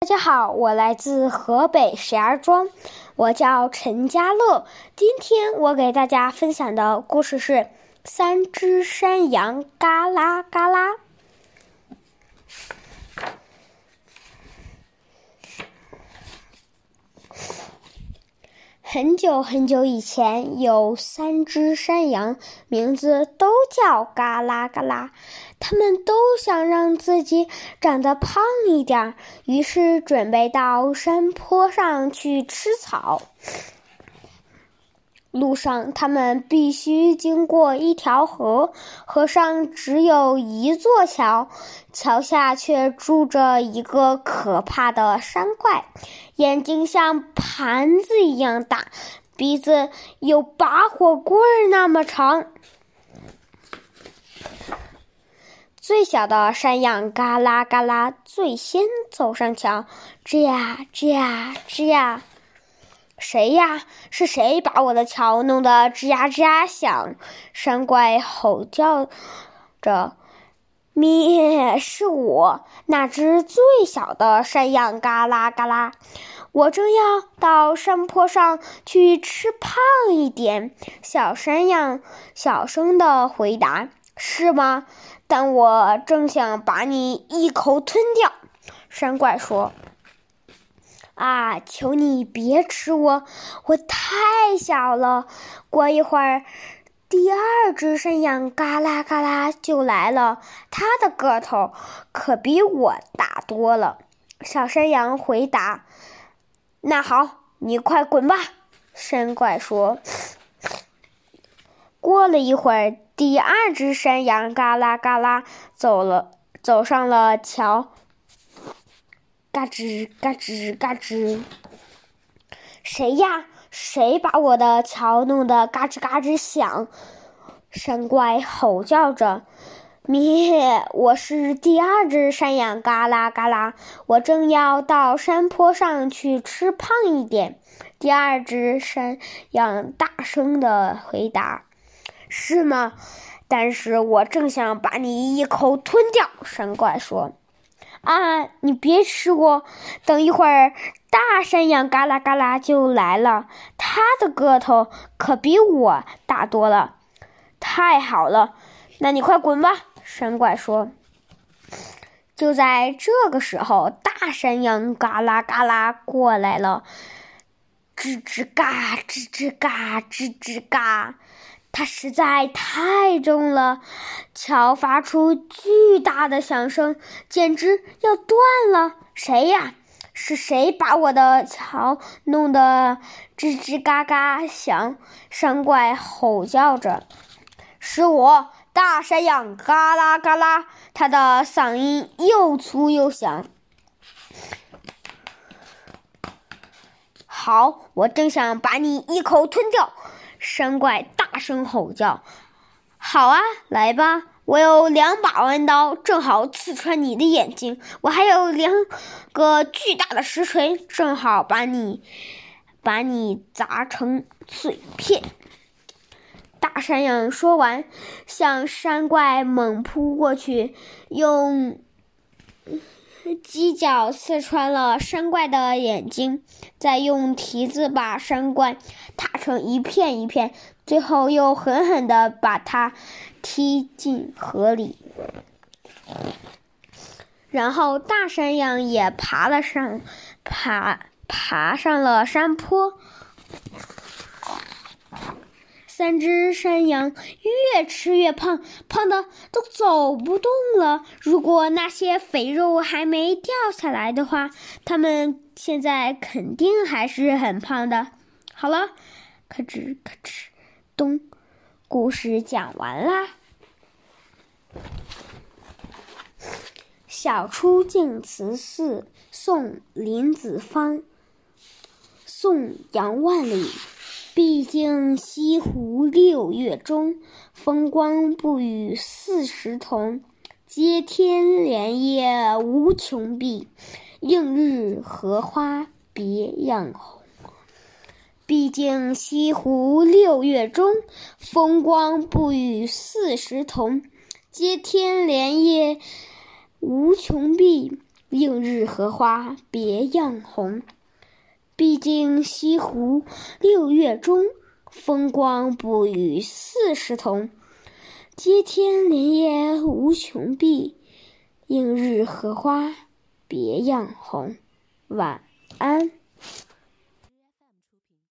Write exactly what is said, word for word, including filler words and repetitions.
家好，我来自河北石家庄，我叫陈家乐。今天我给大家分享的故事是三只山羊嘎啦嘎啦。很久很久以前，有三只山羊，名字都叫嘎啦嘎啦。它们都想让自己长得胖一点，于是准备到山坡上去吃草。路上，他们必须经过一条河，河上只有一座桥，桥下却住着一个可怕的山怪，眼睛像盘子一样大，鼻子有拔火棍那么长。最小的山羊嘎啦嘎啦最先走上桥，吱呀吱呀吱呀。谁呀？是谁把我的桥弄得吱呀吱呀响？山怪吼叫着。咩，是我，那只最小的山羊嘎啦嘎啦。我正要到山坡上去吃胖一点。小山羊小声地回答：是吗？但我正想把你一口吞掉。山怪说：啊，求你别吃我，我太小了。过一会儿，第二只山羊嘎啦嘎啦就来了，它的个头可比我大多了。小山羊回答：那好，你快滚吧。山怪说。过了一会儿，第二只山羊嘎啦嘎啦走了，走上了桥。嘎吱嘎吱嘎吱，谁呀？谁把我的桥弄得嘎吱嘎吱响？山怪吼叫着。咩，我是第二只山羊嘎啦嘎啦，我正要到山坡上去吃胖一点。第二只山羊大声地回答：是吗？但是我正想把你一口吞掉。山怪说：啊，你别吃我，等一会儿大山羊嘎啦嘎啦就来了，它的个头可比我大多了。太好了，那你快滚吧。山怪说。就在这个时候，大山羊嘎啦嘎啦过来了，吱吱嘎吱吱嘎吱吱嘎，它实在太重了，桥发出巨大的响声，简直要断了。谁呀？是谁把我的桥弄得吱吱嘎嘎响？山怪吼叫着。是我，大山羊嘎啦嘎啦，他的嗓音又粗又响。好，我正想把你一口吞掉。山怪大声吼叫。好啊，来吧，我有两把弯刀，正好刺穿你的眼睛。我还有两个巨大的石锤，正好把你把你砸成碎片。大山羊说完，向山怪猛扑过去，用犄角刺穿了山怪的眼睛，再用蹄子把山怪踏成一片一片，最后又狠狠地把它踢进河里。然后大山羊也爬了上爬爬上了山坡。三只山羊越吃越胖，胖的都走不动了。如果那些肥肉还没掉下来的话，它们现在肯定还是很胖的。好了，咔吱咔吱咚，故事讲完啦。小出净慈寺，送林子方。送杨万里。毕竟西湖六月中，风光不与四时同。接天莲叶无穷碧，映日荷花别样红。毕竟西湖六月中，风光不与四时同。接天莲叶无穷碧， 映日荷花别样红。毕竟西湖六月中，风光不与四时同。接天莲叶无穷碧，映日荷花别样红。晚安。